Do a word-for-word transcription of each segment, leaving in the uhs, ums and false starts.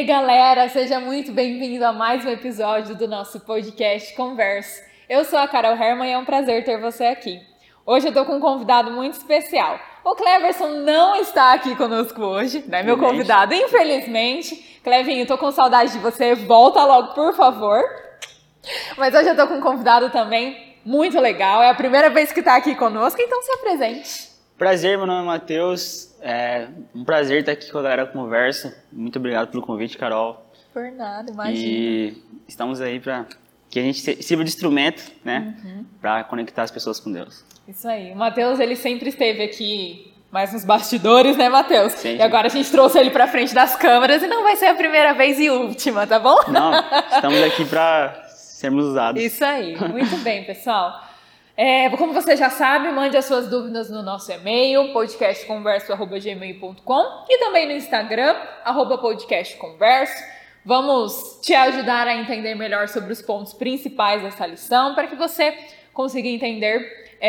aí, galera, seja muito bem-vindo a mais um episódio do nosso podcast Converso. Eu sou a Carol Herman e é um prazer ter você aqui. Hoje eu tô com um convidado muito especial. O Cleverson não está aqui conosco hoje, né, meu convidado, infelizmente. Clevinho, tô com saudade de você, volta logo, por favor. Mas hoje eu tô com um convidado também muito legal, é a primeira vez que tá aqui conosco, então se apresente. Prazer, meu nome é Matheus, é um prazer estar aqui com a galera Conversa. Muito obrigado pelo convite, Carol. Por nada, imagina. E estamos aí para que a gente sirva de instrumento, né, uhum. para conectar as pessoas com Deus. Isso aí. O Matheus, ele sempre esteve aqui mais nos bastidores, né, Matheus? Sim, sim. E agora a gente trouxe ele pra frente das câmeras e não vai ser a primeira vez e última, tá bom? Não, estamos aqui para sermos usados. Isso aí. Muito bem, pessoal. É, como você já sabe, mande as suas dúvidas no nosso e-mail, podcastconverso arroba gmail ponto com e também no Instagram, arroba podcastconverso. Vamos te ajudar a entender melhor sobre os pontos principais dessa lição, para que você consiga entender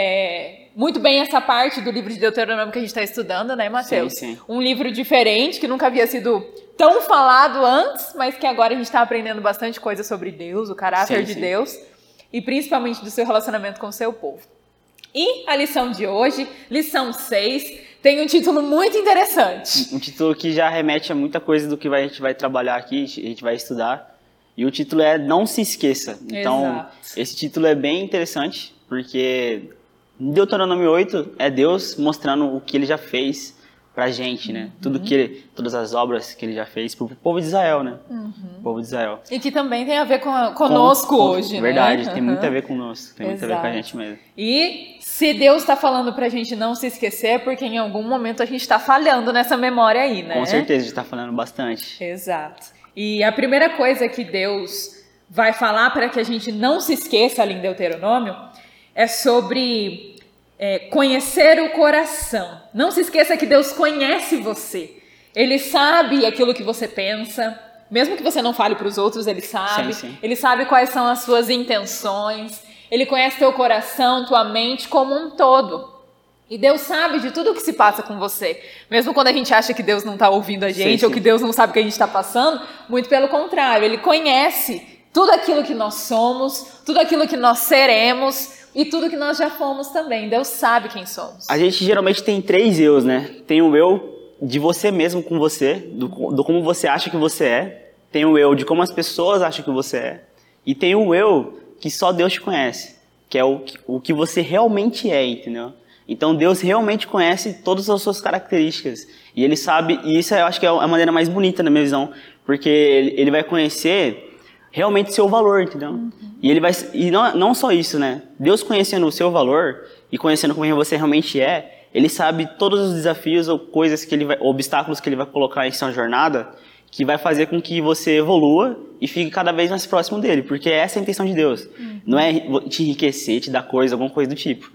é, muito bem essa parte do livro de Deuteronômio que a gente está estudando, né, Matheus? Sim, sim. Um livro diferente, que nunca havia sido tão falado antes, mas que agora a gente está aprendendo bastante coisa sobre Deus, o caráter sim, de sim. Deus. E principalmente do seu relacionamento com o seu povo. E a lição de hoje, lição seis, tem um título muito interessante. Um título que já remete a muita coisa do que a gente vai trabalhar aqui, a gente vai estudar. E o título é Não Se Esqueça. Então, Exato. Esse título é bem interessante, porque em Deuteronômio oito é Deus mostrando o que ele já fez pra gente, né? Uhum. Tudo que ele, todas as obras que ele já fez pro povo de Israel, né? Uhum. O povo de Israel. E que também tem a ver com a, conosco com, com, hoje, verdade, né? tem uhum. muito a ver conosco, tem Exato. muito a ver com a gente mesmo. E se Deus está falando pra gente não se esquecer, é porque em algum momento a gente está falhando nessa memória aí, né? Com certeza, a gente tá falando bastante. Exato. E a primeira coisa que Deus vai falar para que a gente não se esqueça ali em Deuteronômio é sobre... É, conhecer o coração. Não se esqueça que Deus conhece você. Ele sabe aquilo que você pensa. Mesmo que você não fale para os outros, Ele sabe. Sim, sim. Ele sabe quais são as suas intenções. Ele conhece teu coração, tua mente como um todo. E Deus sabe de tudo o que se passa com você. Mesmo quando a gente acha que Deus não está ouvindo a gente, sim, ou sim. que Deus não sabe o que a gente está passando, muito pelo contrário. Ele conhece tudo aquilo que nós somos, tudo aquilo que nós seremos, e tudo que nós já fomos também. Deus sabe quem somos. A gente geralmente tem três eus, né? Tem o eu de você mesmo com você, do, do como você acha que você é. Tem o eu de como as pessoas acham que você é. E tem o eu que só Deus te conhece, que é o, o que você realmente é, entendeu? Então Deus realmente conhece todas as suas características. E Ele sabe, e isso eu acho que é a maneira mais bonita na minha visão, porque Ele, ele vai conhecer realmente seu valor, entendeu? Uhum. E ele vai e não, não só isso, né? Deus conhecendo o seu valor e conhecendo como você realmente é, ele sabe todos os desafios ou coisas que ele vai, obstáculos que ele vai colocar em sua jornada, que vai fazer com que você evolua e fique cada vez mais próximo dele, porque essa é a intenção de Deus. Uhum. Não é te enriquecer, te dar coisa, alguma coisa do tipo.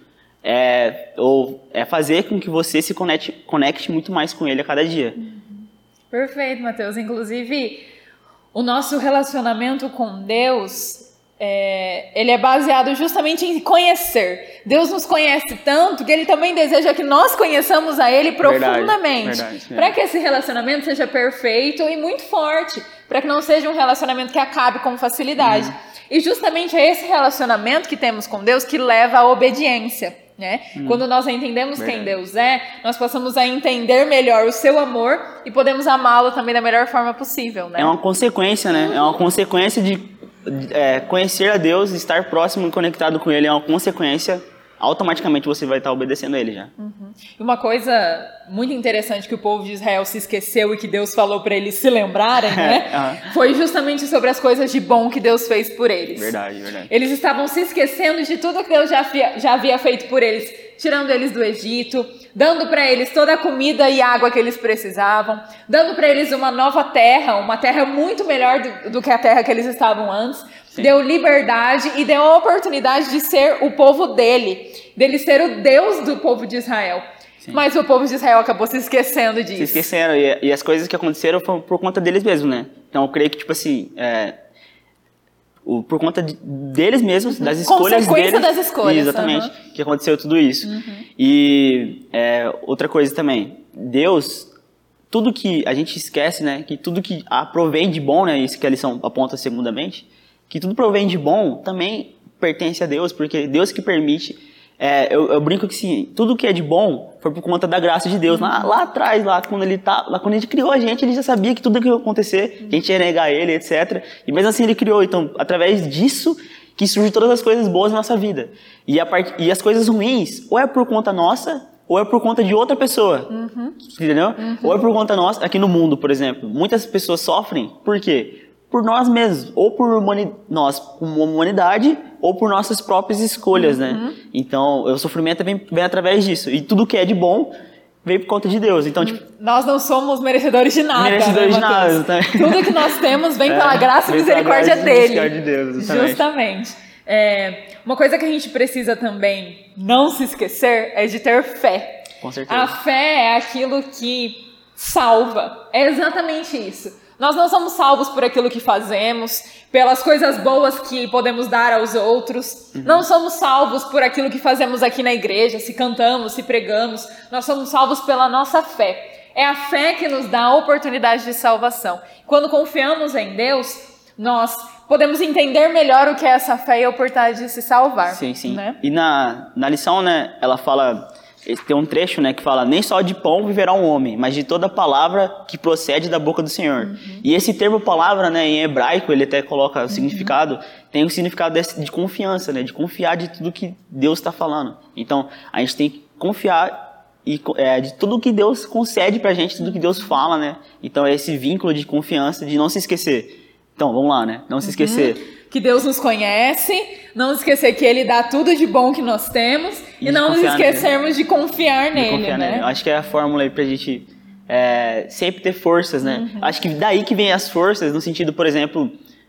É, ou é fazer com que você se conecte, conecte muito mais com ele a cada dia. Uhum. Perfeito, Matheus. Inclusive, o nosso relacionamento com Deus, é, ele é baseado justamente em conhecer. Deus nos conhece tanto que Ele também deseja que nós conheçamos a Ele profundamente. Para que esse relacionamento seja perfeito e muito forte. Para que não seja um relacionamento que acabe com facilidade. Uhum. E justamente é esse relacionamento que temos com Deus que leva à obediência. Né? Hum, Quando nós entendemos verdade. Quem Deus é, nós passamos a entender melhor o seu amor e podemos amá-lo também da melhor forma possível, né? É uma consequência, né? É uma consequência de, de é, conhecer a Deus, estar próximo e conectado com Ele, é uma consequência. Automaticamente você vai estar obedecendo a Ele já. Uhum. E uma coisa muito interessante que o povo de Israel se esqueceu e que Deus falou para eles se lembrarem, né? uhum. Foi justamente sobre as coisas de bom que Deus fez por eles. Verdade, verdade. Eles estavam se esquecendo de tudo que Deus já havia, já havia feito por eles, tirando eles do Egito, dando para eles toda a comida e água que eles precisavam, dando para eles uma nova terra, uma terra muito melhor do, do que a terra que eles estavam antes. Sim. Deu liberdade e deu a oportunidade de ser o povo dele, dele ser o Deus do povo de Israel. Sim. Mas o povo de Israel acabou se esquecendo disso. Se esqueceram, e, e as coisas que aconteceram foram por conta deles mesmos, né? Então eu creio que, tipo assim, é, o, por conta de, deles mesmos, uhum. das escolhas Consequência deles. das escolhas. Exatamente, uhum. que aconteceu tudo isso. Uhum. E é, outra coisa também, Deus tudo que a gente esquece, né, que tudo que ah, provém de bom, né, isso que a lição aponta segundamente, que tudo provém de bom também pertence a Deus, porque Deus que permite. É, eu, eu brinco que sim, tudo que é de bom foi por conta da graça de Deus. Lá, lá atrás, lá quando ele tá, lá quando ele criou a gente, ele já sabia que tudo que ia acontecer, que a gente ia negar ele, etcétera. E mesmo assim ele criou. Então, através disso que surgem todas as coisas boas na nossa vida. E, a part... e as coisas ruins, ou é por conta nossa, ou é por conta de outra pessoa. Uhum. Entendeu? Uhum. Ou é por conta nossa, aqui no mundo, por exemplo. Muitas pessoas sofrem, por quê? Por nós mesmos, ou por humani... nós, como humanidade, ou por nossas próprias escolhas, uhum. né? Então, o sofrimento vem, vem através disso. E tudo que é de bom veio por conta de Deus. Então, tipo, nós não somos merecedores de nada. Merecedores né, de nada, também. Tudo que nós temos vem é, pela graça e misericórdia graça dele. De Deus, justamente. justamente. É, uma coisa que a gente precisa também não se esquecer é de ter fé. Com certeza. A fé é aquilo que salva. É exatamente isso. Nós não somos salvos por aquilo que fazemos, pelas coisas boas que podemos dar aos outros. Uhum. Não somos salvos por aquilo que fazemos aqui na igreja, se cantamos, se pregamos. Nós somos salvos pela nossa fé. É a fé que nos dá a oportunidade de salvação. Quando confiamos em Deus, nós podemos entender melhor o que é essa fé e a oportunidade de se salvar. Sim, sim. Né? E na, na lição, né, ela fala... Tem um trecho, né, que fala, nem só de pão viverá um homem, mas de toda palavra que procede da boca do Senhor. Uhum. E esse termo palavra, né, em hebraico, ele até coloca o uhum. significado, tem o significado de, de confiança, né, de confiar de tudo que Deus está falando. Então, a gente tem que confiar e, é, de tudo que Deus concede pra gente, tudo que Deus fala, né. Então, é esse vínculo de confiança, de não se esquecer. Então, vamos lá, né, não se esquecer. Uhum. Que Deus nos conhece, não esquecer que Ele dá tudo de bom que nós temos e, e não nos esquecermos nele. de confiar de nele, confiar né? Nele. Acho que é a fórmula aí pra gente é, sempre ter forças, né? Uhum. Acho que daí que vem as forças, no sentido, por exemplo,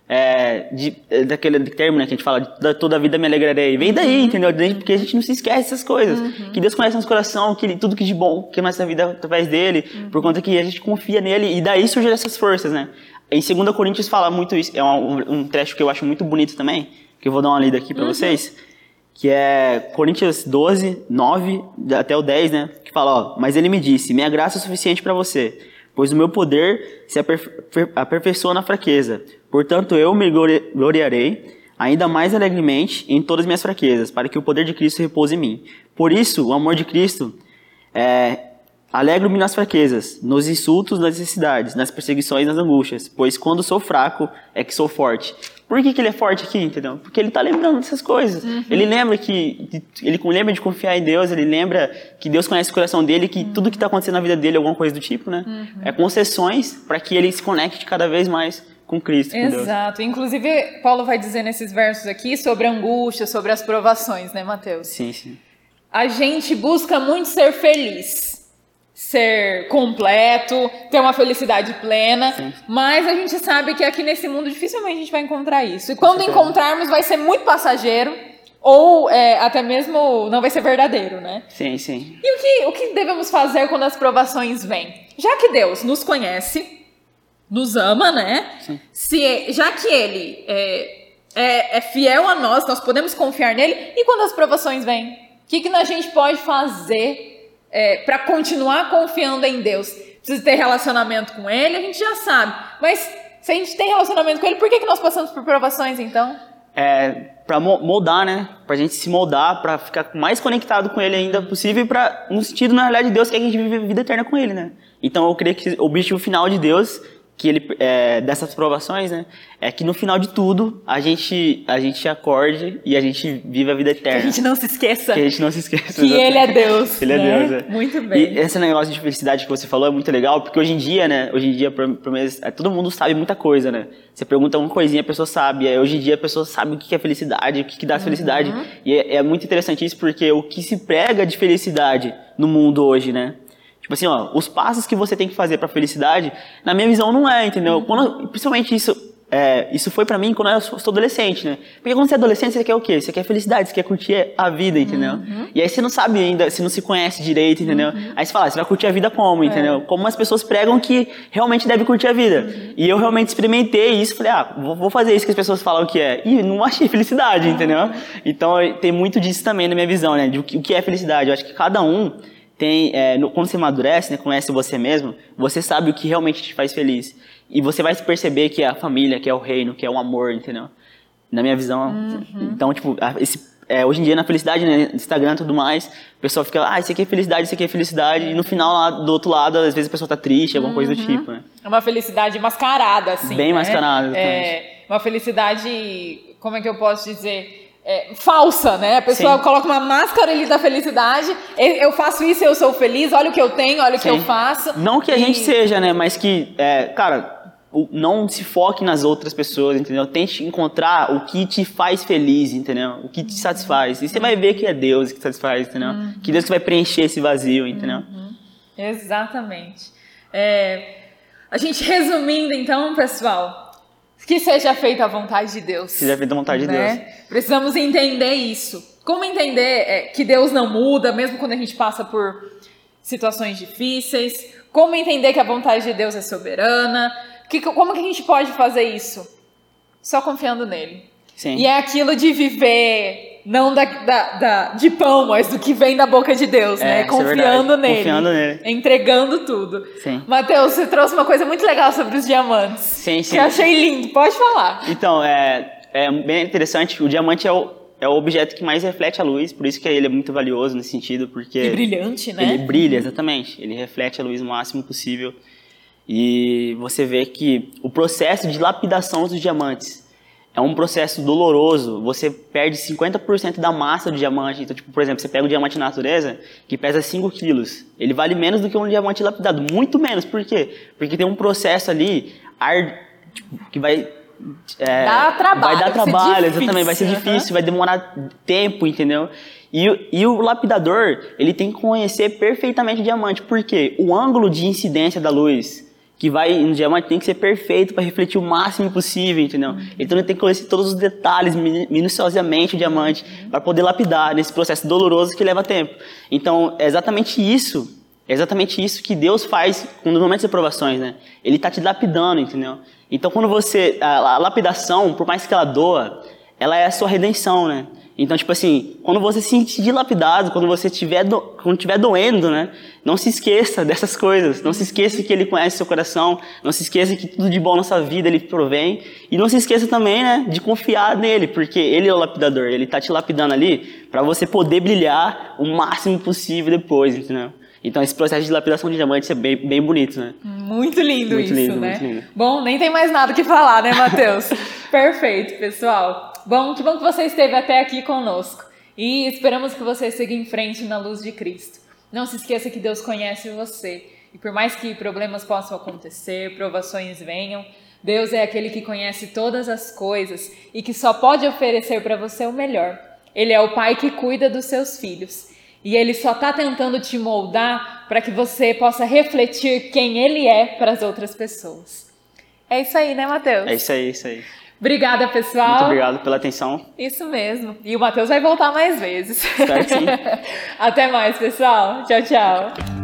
é, de, daquele termo, né, que a gente fala, de toda a vida me alegrarei. Vem daí, uhum. entendeu? Porque a gente não se esquece dessas coisas. Uhum. Que Deus conhece nosso coração, que ele, tudo que de bom, que a nossa vida através dele, uhum. por conta que a gente confia nele, e daí surgem essas forças, né? Em dois Coríntios fala muito isso, é um, um trecho que eu acho muito bonito também, que eu vou dar uma lida aqui para uhum. vocês, que é Coríntios doze, nove até o dez, né, que fala, ó, mas ele me disse, minha graça é suficiente para você, pois o meu poder se aperfei- aperfeiçoa na fraqueza, portanto eu me gloriarei ainda mais alegremente em todas as minhas fraquezas, para que o poder de Cristo repouse em mim. Por isso, o amor de Cristo é... Alegro-me nas fraquezas, nos insultos, nas necessidades, nas perseguições, nas angústias, pois quando sou fraco é que sou forte. Por que que ele é forte aqui, entendeu? Porque ele está lembrando dessas coisas. Uhum. Ele lembra que ele lembra de confiar em Deus, ele lembra que Deus conhece o coração dele, que uhum. tudo que está acontecendo na vida dele é alguma coisa do tipo, né? Uhum. É concessões para que ele se conecte cada vez mais com Cristo. Exato. Com Deus. Inclusive, Paulo vai dizer nesses versos aqui sobre a angústia, sobre as provações, né, Mateus? Sim, sim. A gente busca muito ser feliz. Ser completo, ter uma felicidade plena, sim. Mas a gente sabe que aqui nesse mundo dificilmente a gente vai encontrar isso. E quando encontrarmos vai ser muito passageiro ou é, até mesmo não vai ser verdadeiro, né? Sim, sim. E o que, o que devemos fazer quando as provações vêm? Já que Deus nos conhece, nos ama, né? Sim. Se, já que Ele é, é, é fiel a nós, nós podemos confiar nele. E quando as provações vêm? O que, que a gente pode fazer É, para continuar confiando em Deus? Precisa ter relacionamento com Ele, a gente já sabe. Mas se a gente tem relacionamento com Ele, por que, que nós passamos por provações, então? É, para moldar, né? Pra gente se moldar, pra ficar mais conectado com Ele ainda possível, pra, no sentido, na realidade, de Deus, que a gente vive a vida eterna com Ele, né? Então, eu creio que o objetivo final de Deus, que ele, é, dessas provações, né? É que no final de tudo, a gente, a gente acorde e a gente vive a vida eterna. Que a gente não se esqueça. Que a gente não se esqueça. Que Ele é Deus. Ele né? é Deus, é. Muito bem. E esse negócio de felicidade que você falou é muito legal, porque hoje em dia, né? Hoje em dia, pelo menos, todo mundo sabe muita coisa, né? Você pergunta uma coisinha, a pessoa sabe. Aí, hoje em dia, a pessoa sabe o que é felicidade, o que dá felicidade. Uhum. E é, é muito interessante isso, porque o que se prega de felicidade no mundo hoje, né? Tipo assim, ó, os passos que você tem que fazer pra felicidade, na minha visão, não é, entendeu? Uhum. Quando, principalmente isso, é, isso foi pra mim quando eu sou adolescente, né? Porque quando você é adolescente, você quer o quê? Você quer felicidade, você quer curtir a vida, entendeu? Uhum. E aí você não sabe ainda, você não se conhece direito, entendeu? Uhum. Aí você fala, você vai curtir a vida como, entendeu? É. Como as pessoas pregam que realmente deve curtir a vida. Uhum. E eu realmente experimentei isso, falei, ah, vou, vou fazer isso que as pessoas falam que é. E não achei felicidade, uhum. entendeu? Então tem muito disso também na minha visão, né? De o que é felicidade. Eu acho que cada um tem, é, no, quando você amadurece, né, conhece você mesmo, você sabe o que realmente te faz feliz. E você vai perceber que é a família, que é o reino, que é o amor, entendeu? Na minha visão. Uhum. Então, tipo, esse, é, hoje em dia na felicidade, né, Instagram e tudo mais, o pessoal fica, ah, isso aqui é felicidade, isso aqui é felicidade, e no final, lá do outro lado, às vezes a pessoa tá triste, alguma uhum. coisa do tipo, né? É uma felicidade mascarada, assim. Bem né? mascarada, exatamente. É uma felicidade, como é que eu posso dizer? É, falsa, né? A pessoa Sim. coloca uma máscara ali da felicidade, eu faço isso e eu sou feliz, olha o que eu tenho, olha Sim. o que eu faço. Não que a e... gente seja, né? Mas que, é, cara, não se foque nas outras pessoas, entendeu? Tente encontrar o que te faz feliz, entendeu? O que te satisfaz. E você vai ver que é Deus que te satisfaz, entendeu? Uhum. Que Deus que vai preencher esse vazio, entendeu? Uhum. Exatamente. É, a gente resumindo, então, pessoal... Que seja feita a vontade de Deus. Que seja feita a vontade né? de Deus. Precisamos entender isso. Como entender é, que Deus não muda, mesmo quando a gente passa por situações difíceis? Como entender que a vontade de Deus é soberana? Que, como que a gente pode fazer isso? Só confiando nele. Sim. E é aquilo de viver, não da, da, da, de pão, mas do que vem da boca de Deus, é, né? Confiando é nele. Confiando nele. Entregando tudo. Sim. Mateus, você trouxe uma coisa muito legal sobre os diamantes. Sim, sim. Que eu achei lindo. Pode falar. Então, é, é bem interessante. O diamante é o, é o objeto que mais reflete a luz, por isso que ele é muito valioso nesse sentido, porque... E brilhante, né? Ele brilha, exatamente. Ele reflete a luz o máximo possível. E você vê que o processo de lapidação dos diamantes é um processo doloroso. Você perde cinquenta por cento da massa do diamante. Então, tipo, por exemplo, você pega um diamante na natureza que pesa cinco quilos. Ele vale menos do que um diamante lapidado. Muito menos. Por quê? Porque tem um processo ali ar, tipo, que vai... É, Dá trabalho. Vai dar trabalho, difícil, exatamente. Vai ser difícil, uhum. vai demorar tempo, entendeu? E, e o lapidador, ele tem que conhecer perfeitamente o diamante. Por quê? O ângulo de incidência da luz que vai no diamante tem que ser perfeito para refletir o máximo possível, entendeu? Uhum. Então ele tem que conhecer todos os detalhes, minuciosamente o diamante, uhum. para poder lapidar nesse processo doloroso que leva tempo. Então é exatamente isso, é exatamente isso que Deus faz nos momentos de provações, né? Ele está te lapidando, entendeu? Então quando você, a, a lapidação, por mais que ela doa, ela é a sua redenção, né? Então, tipo assim, quando você se sentir dilapidado, quando você estiver do, quando estiver doendo, né? Não se esqueça dessas coisas. Não se esqueça que Ele conhece seu coração. Não se esqueça que tudo de bom na sua vida Ele provém. E não se esqueça também, né? De confiar nele, porque Ele é o lapidador. Ele tá te lapidando ali para você poder brilhar o máximo possível depois, entendeu? Então, esse processo de lapidação de diamantes é bem, bem bonito, né? Muito lindo muito isso, lindo, né? Muito lindo. Bom, nem tem mais nada o que falar, né, Mateus? Perfeito, pessoal. Bom, que bom que você esteve até aqui conosco. E esperamos que você siga em frente na luz de Cristo. Não se esqueça que Deus conhece você. E por mais que problemas possam acontecer, provações venham, Deus é aquele que conhece todas as coisas e que só pode oferecer para você o melhor. Ele é o Pai que cuida dos seus filhos. E Ele só está tentando te moldar para que você possa refletir quem Ele é para as outras pessoas. É isso aí, né, Mateus? É isso aí, é isso aí. Obrigada, pessoal. Muito obrigado pela atenção. Isso mesmo. E o Mateus vai voltar mais vezes. Espero que sim. Até mais, pessoal. Tchau, tchau.